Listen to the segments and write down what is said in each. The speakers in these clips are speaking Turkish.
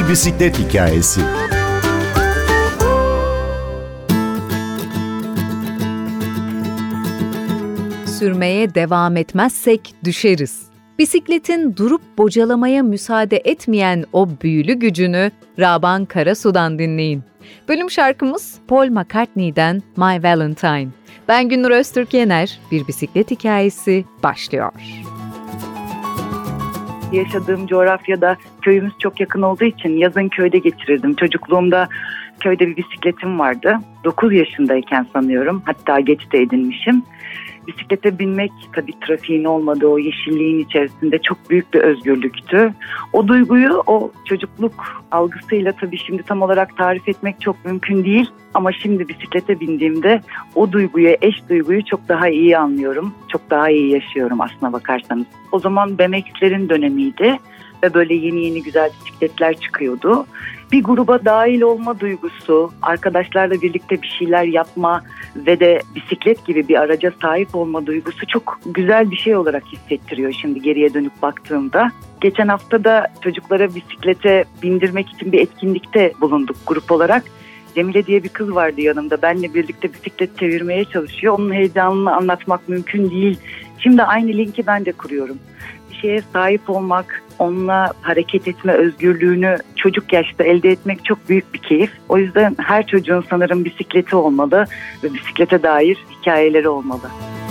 Bir bisiklet hikayesi. Sürmeye devam etmezsek düşeriz. Bisikletin durup bocalamaya müsaade etmeyen o büyülü gücünü Raban Karasu'dan dinleyin. Bölüm şarkımız Paul McCartney'den My Valentine. Ben Günnur Öztürk Yener, Bir Bisiklet Hikayesi başlıyor. Yaşadığım coğrafyada köyümüz çok yakın olduğu için yazın köyde geçirirdim. Çocukluğumda köyde bir bisikletim vardı. 9 yaşındayken sanıyorum, hatta geç de edinmişim. Bisiklete binmek tabii trafiğin olmadığı o yeşilliğin içerisinde çok büyük bir özgürlüktü. O duyguyu, o çocukluk algısıyla tabii şimdi tam olarak tarif etmek çok mümkün değil. Ama şimdi bisiklete bindiğimde o duyguyu, eş duyguyu çok daha iyi anlıyorum. Çok daha iyi yaşıyorum aslına bakarsanız. O zaman BMX'lerin dönemiydi ve böyle yeni güzel bisikletler çıkıyordu. Bir gruba dahil olma duygusu, arkadaşlarla birlikte bir şeyler yapma ve de bisiklet gibi bir araca sahip olma duygusu çok güzel bir şey olarak hissettiriyor şimdi geriye dönüp baktığımda. Geçen hafta da çocuklara bisiklete bindirmek için bir etkinlikte bulunduk grup olarak. Cemile diye bir kız vardı yanımda. Benle birlikte bisiklet çevirmeye çalışıyor. Onun heyecanını anlatmak mümkün değil. Şimdi aynı linki ben de kuruyorum. Bir şeye sahip olmak, onunla hareket etme özgürlüğünü çocuk yaşta elde etmek çok büyük bir keyif. O yüzden her çocuğun sanırım bisikleti olmalı ve bisiklete dair hikayeleri olmalı.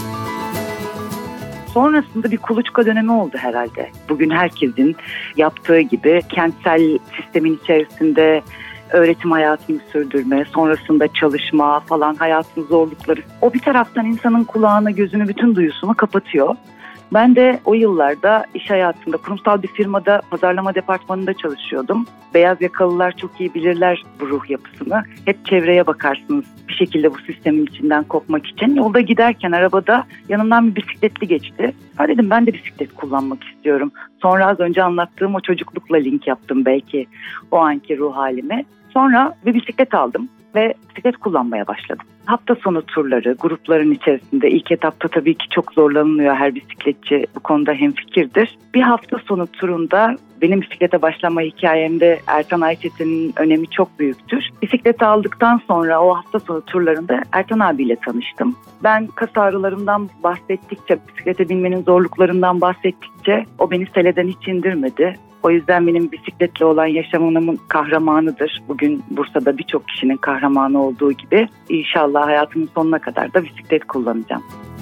Sonrasında bir kuluçka dönemi oldu herhalde. Bugün herkesin yaptığı gibi kentsel sistemin içerisinde öğretim hayatını sürdürme, sonrasında çalışma falan, hayatın zorlukları. O bir taraftan insanın kulağını, gözünü, bütün duyusunu kapatıyor. Ben de o yıllarda iş hayatında, kurumsal bir firmada pazarlama departmanında çalışıyordum. Beyaz yakalılar çok iyi bilirler bu ruh yapısını. Hep çevreye bakarsınız bir şekilde bu sistemin içinden kopmak için. Yolda giderken arabada yanımdan bir bisikletli geçti. Ha dedim, ben de bisiklet kullanmak istiyorum. Sonra az önce anlattığım o çocuklukla link yaptım belki o anki ruh halime. Sonra bir bisiklet aldım ve bisiklet kullanmaya başladım. Hafta sonu turları, grupların içerisinde ilk etapta tabii ki çok zorlanılıyor, her bisikletçi bu konuda hemfikirdir. Bir hafta sonu turunda benim bisiklete başlama hikayemde Ertan Ayçetin'in önemi çok büyüktür. Bisikleti aldıktan sonra o hafta sonu turlarında Ertan abiyle tanıştım. Ben kas ağrılarımdan bahsettikçe, bisiklete binmenin zorluklarından bahsettikçe o beni seleden hiç indirmedi. O yüzden benim bisikletle olan yaşamımın kahramanıdır. Bugün Bursa'da birçok kişinin kahramanı olduğu gibi inşallah hayatımın sonuna kadar da bisiklet kullanacağım.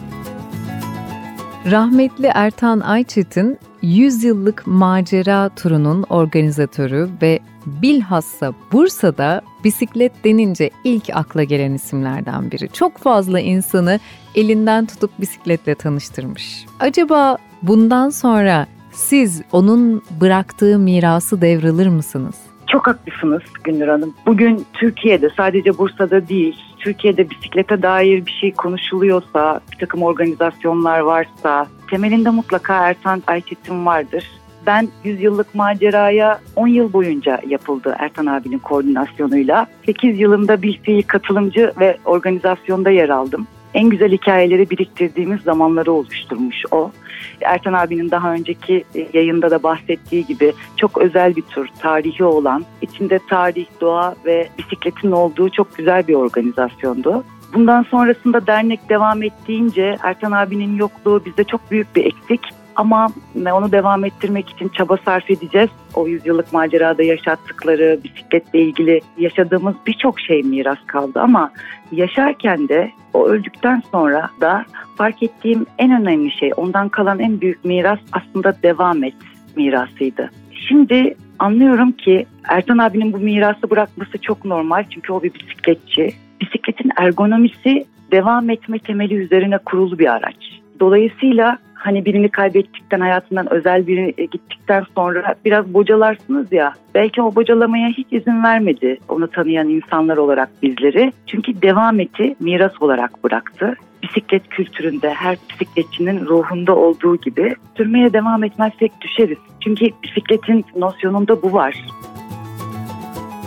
Rahmetli Ertan Ayçetin, 100 yıllık macera turunun organizatörü ve bilhassa Bursa'da bisiklet denince ilk akla gelen isimlerden biri. Çok fazla insanı elinden tutup bisikletle tanıştırmış. Acaba bundan sonra siz onun bıraktığı mirası devralır mısınız? Çok haklısınız Günnur Hanım. Bugün Türkiye'de, sadece Bursa'da değil, Türkiye'de bisiklete dair bir şey konuşuluyorsa, bir takım organizasyonlar varsa temelinde mutlaka Ertan Ayçetin vardır. Ben 100 yıllık maceraya 10 yıl boyunca yapıldı Ertan abinin koordinasyonuyla. 8 yılında bilfiil katılımcı ve organizasyonda yer aldım. En güzel hikayeleri biriktirdiğimiz zamanları oluşturmuş o. Ertan abinin daha önceki yayında da bahsettiği gibi çok özel bir tur, tarihi olan, içinde tarih, doğa ve bisikletin olduğu çok güzel bir organizasyondu. Bundan sonrasında dernek devam ettiğince Ertan abinin yokluğu bizde çok büyük bir eksik. Ama onu devam ettirmek için çaba sarf edeceğiz. O 100 yıllık macerada yaşattıkları, bisikletle ilgili yaşadığımız birçok şey miras kaldı. Ama yaşarken de, o öldükten sonra da fark ettiğim en önemli şey, ondan kalan en büyük miras aslında devam et mirasıydı. Şimdi anlıyorum ki Ertan abinin bu mirası bırakması çok normal, çünkü o bir bisikletçi. Bisikletin ergonomisi devam etme temeli üzerine kurulu bir araç. Dolayısıyla hani birini kaybettikten, hayatından özel biri gittikten sonra biraz bocalarsınız ya. Belki o bocalamaya hiç izin vermedi onu tanıyan insanlar olarak bizleri. Çünkü devam eti miras olarak bıraktı. Bisiklet kültüründe her bisikletçinin ruhunda olduğu gibi sürmeye devam etmezsek düşeriz. Çünkü bisikletin nosyonunda bu var.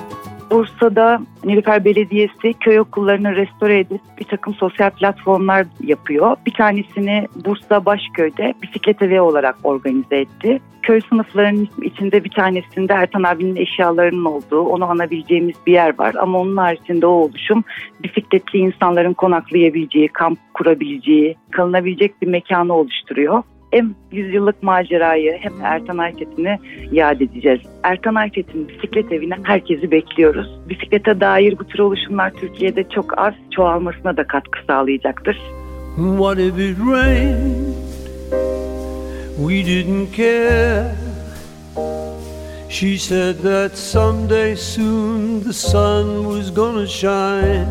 Bursa'da Nilüfer Belediyesi köy okullarını restore edip bir takım sosyal platformlar yapıyor. Bir tanesini Bursa Başköy'de bisiklet evi olarak organize etti. Köy sınıflarının içinde bir tanesinde Ertan abinin eşyalarının olduğu, onu anabileceğimiz bir yer var. Ama onun haricinde o oluşum bisikletli insanların konaklayabileceği, kamp kurabileceği, kalınabilecek bir mekanı oluşturuyor. Hem 100 yıllık macerayı hem Ertan Aytekin'i yad edeceğiz. Ertan Aytekin bisiklet evine herkesi bekliyoruz. Bisiklete dair bu tür oluşumlar Türkiye'de çok az, çoğalmasına da katkı sağlayacaktır. What if it rained? We didn't care. She said that someday soon the sun was gonna shine.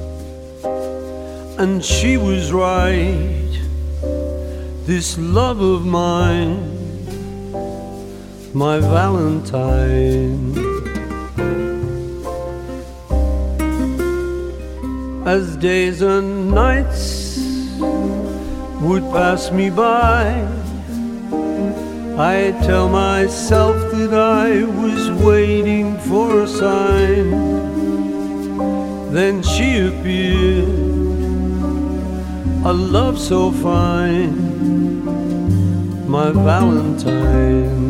And she was right. This love of mine, my Valentine. As days and nights would pass me by, I tell myself that I was waiting for a sign. Then she appeared, a love so fine, my Valentine.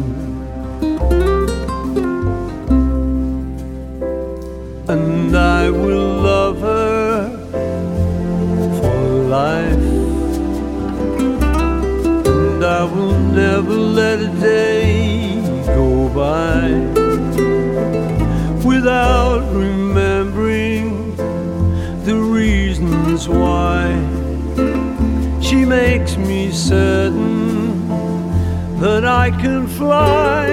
And I will love her for life, and I will never let a day go by without remembering the reasons why. She makes me certain that I can fly,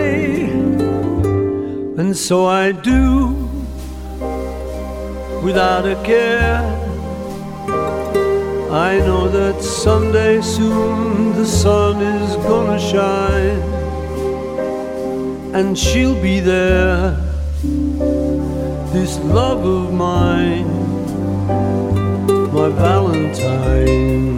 and so I do, without a care. I know that someday soon the sun is gonna shine, and she'll be there, this love of mine, my Valentine.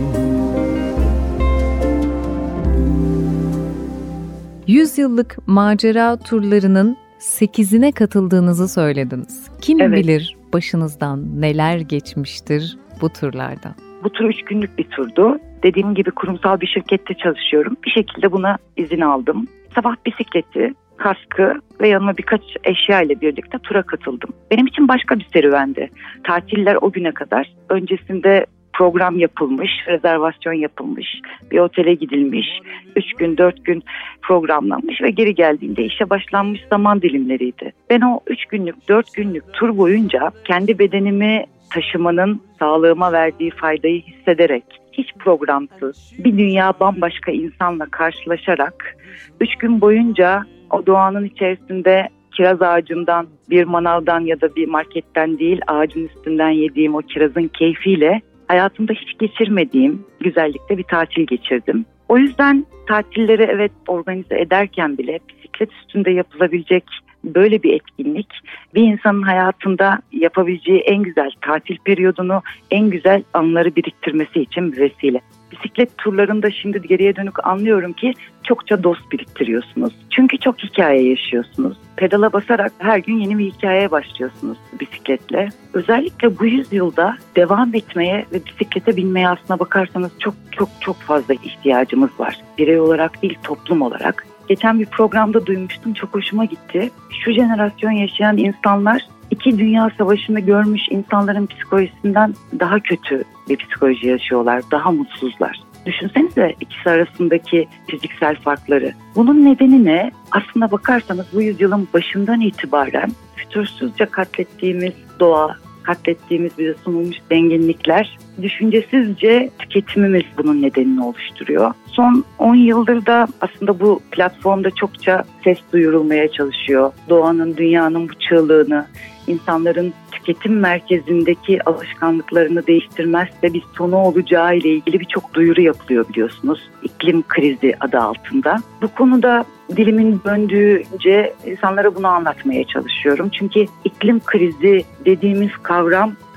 100 yıllık macera turlarının 8'ine katıldığınızı söylediniz. Kim bilir başınızdan neler geçmiştir bu turlardan? Bu tur 3 günlük bir turdu. Dediğim gibi kurumsal bir şirkette çalışıyorum. Bir şekilde buna izin aldım. Sabah bisikleti, kaskı ve yanıma birkaç eşya ile birlikte tura katıldım. Benim için başka bir serüvendi. Tatiller o güne kadar. Öncesinde program yapılmış, rezervasyon yapılmış, bir otele gidilmiş, 3 gün 4 gün programlanmış ve geri geldiğimde işe başlanmış zaman dilimleriydi. Ben o 3 günlük 4 günlük tur boyunca kendi bedenimi taşımanın sağlığıma verdiği faydayı hissederek, hiç programsız bir dünya bambaşka insanla karşılaşarak 3 gün boyunca o doğanın içerisinde kiraz ağacından, bir manavdan ya da bir marketten değil, ağacın üstünden yediğim o kirazın keyfiyle hayatımda hiç geçirmediğim güzellikte bir tatil geçirdim. O yüzden tatilleri evet organize ederken bile bisiklet üstünde yapılabilecek böyle bir etkinlik bir insanın hayatında yapabileceği en güzel tatil periyodunu, en güzel anları biriktirmesi için bir vesile. Bisiklet turlarında şimdi geriye dönük anlıyorum ki çokça dost biriktiriyorsunuz. Çünkü çok hikaye yaşıyorsunuz. Pedala basarak her gün yeni bir hikayeye başlıyorsunuz bisikletle. Özellikle bu yüzyılda devam etmeye ve bisiklete binmeye aslına bakarsanız çok fazla ihtiyacımız var. Birey olarak değil, toplum olarak. Geçen bir programda duymuştum, çok hoşuma gitti. Şu jenerasyon yaşayan insanlar 2 Dünya Savaşı'nı görmüş insanların psikolojisinden daha kötü bir psikoloji yaşıyorlar, daha mutsuzlar. Düşünsenize ikisi arasındaki fiziksel farkları. Bunun nedeni ne? Aslına bakarsanız bu yüzyılın başından itibaren fütursuzca katlettiğimiz doğa, katlettiğimiz bize sunulmuş zenginlikler, düşüncesizce tüketimimiz bunun nedenini oluşturuyor. Son 10 yıldır da aslında bu platformda çokça ses duyurulmaya çalışıyor. Doğanın, dünyanın bu çığlığını, insanların tüketim merkezindeki alışkanlıklarını değiştirmezse bir sonu olacağı ile ilgili birçok duyuru yapılıyor biliyorsunuz. İklim krizi adı altında. Bu konuda dilimin döndüğünce insanlara bunu anlatmaya çalışıyorum. Çünkü iklim krizi dediğimiz kavram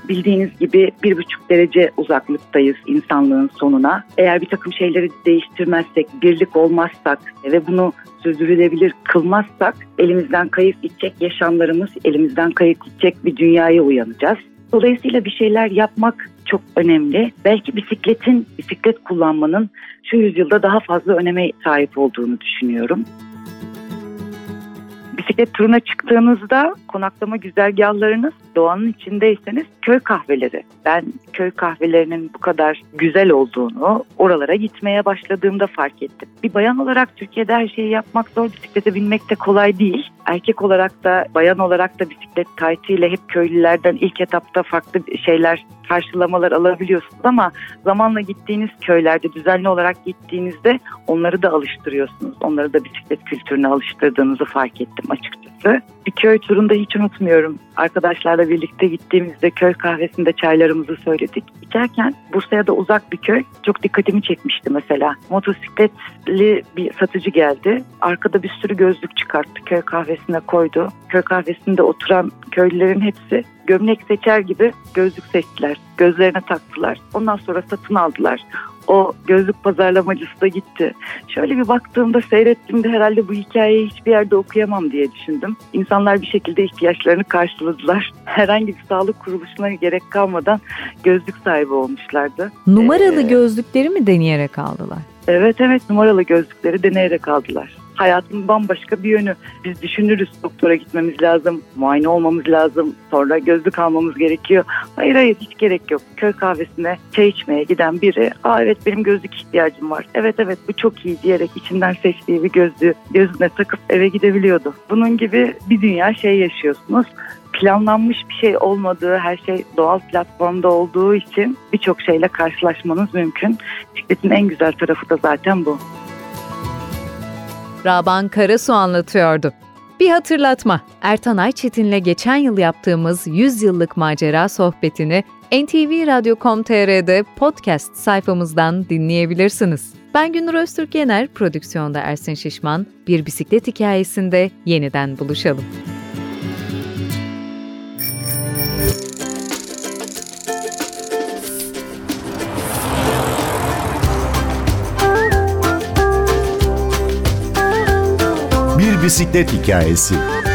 bildiğiniz gibi 1,5 derece uzaklıktayız insanlığın sonuna. Eğer bir takım şeyleri değiştirmezsek, birlik olmazsak ve bunu sürdürülebilir kılmazsak elimizden kayıp gidecek yaşamlarımız, elimizden kayıp gidecek bir dünyaya uyanacağız. Dolayısıyla bir şeyler yapmak çok önemli. Belki bisiklet kullanmanın şu yüzyılda daha fazla öneme sahip olduğunu düşünüyorum. Bisiklet turuna çıktığınızda konaklama güzergahlarınız, doğanın içindeyseniz köy kahveleri. Ben köy kahvelerinin bu kadar güzel olduğunu oralara gitmeye başladığımda fark ettim. Bir bayan olarak Türkiye'de her şeyi yapmak zor, bisiklete binmek de kolay değil. Erkek olarak da bayan olarak da bisiklet taytıyla hep köylülerden ilk etapta farklı şeyler, karşılamalar alabiliyorsunuz ama zamanla gittiğiniz köylerde düzenli olarak gittiğinizde onları da alıştırıyorsunuz. Onları da bisiklet kültürüne alıştırdığınızı fark ettim açıkçası. Bir köy turunda hiç unutmuyorum. Arkadaşlarla birlikte gittiğimizde köy kahvesinde çaylarımızı söyledik. İçerken Bursa'ya da uzak bir köy çok dikkatimi çekmişti mesela. Motosikletli bir satıcı geldi. Arkada bir sürü gözlük çıkarttı. Köy kahvesine koydu. Köy kahvesinde oturan köylülerin hepsi gömlek seçer gibi gözlük seçtiler. Gözlerine taktılar. Ondan sonra satın aldılar. O gözlük pazarlamacısı da gitti. Şöyle bir baktığımda, seyrettiğimde herhalde bu hikayeyi hiçbir yerde okuyamam diye düşündüm. İnsanlar bir şekilde ihtiyaçlarını karşıladılar. Herhangi bir sağlık kuruluşuna gerek kalmadan gözlük sahibi olmuşlardı. Numaralı gözlükleri mi deneyerek aldılar? Evet, numaralı gözlükleri deneyerek aldılar. Hayatın bambaşka bir yönü. Biz düşünürüz, doktora gitmemiz lazım, muayene olmamız lazım, sonra gözlük almamız gerekiyor. Hayır hiç gerek yok. Köy kahvesine çay içmeye giden biri, evet benim gözlük ihtiyacım var, evet bu çok iyi diyerek içinden seçtiği bir gözlüğü gözüne takıp eve gidebiliyordu. Bunun gibi bir dünya yaşıyorsunuz. Planlanmış bir şey olmadığı, her şey doğal platformda olduğu için birçok şeyle karşılaşmanız mümkün. Bisikletin en güzel tarafı da zaten bu. Raban Karasu anlatıyordu. Bir hatırlatma, Ertan Ayçetin'le geçen yıl yaptığımız 100 yıllık macera sohbetini ntvradio.com.tr'de podcast sayfamızdan dinleyebilirsiniz. Ben Gündür Öztürk Yener, prodüksiyonda Ersin Şişman. Bir bisiklet hikayesinde yeniden buluşalım. Bir bisiklet hikayesi.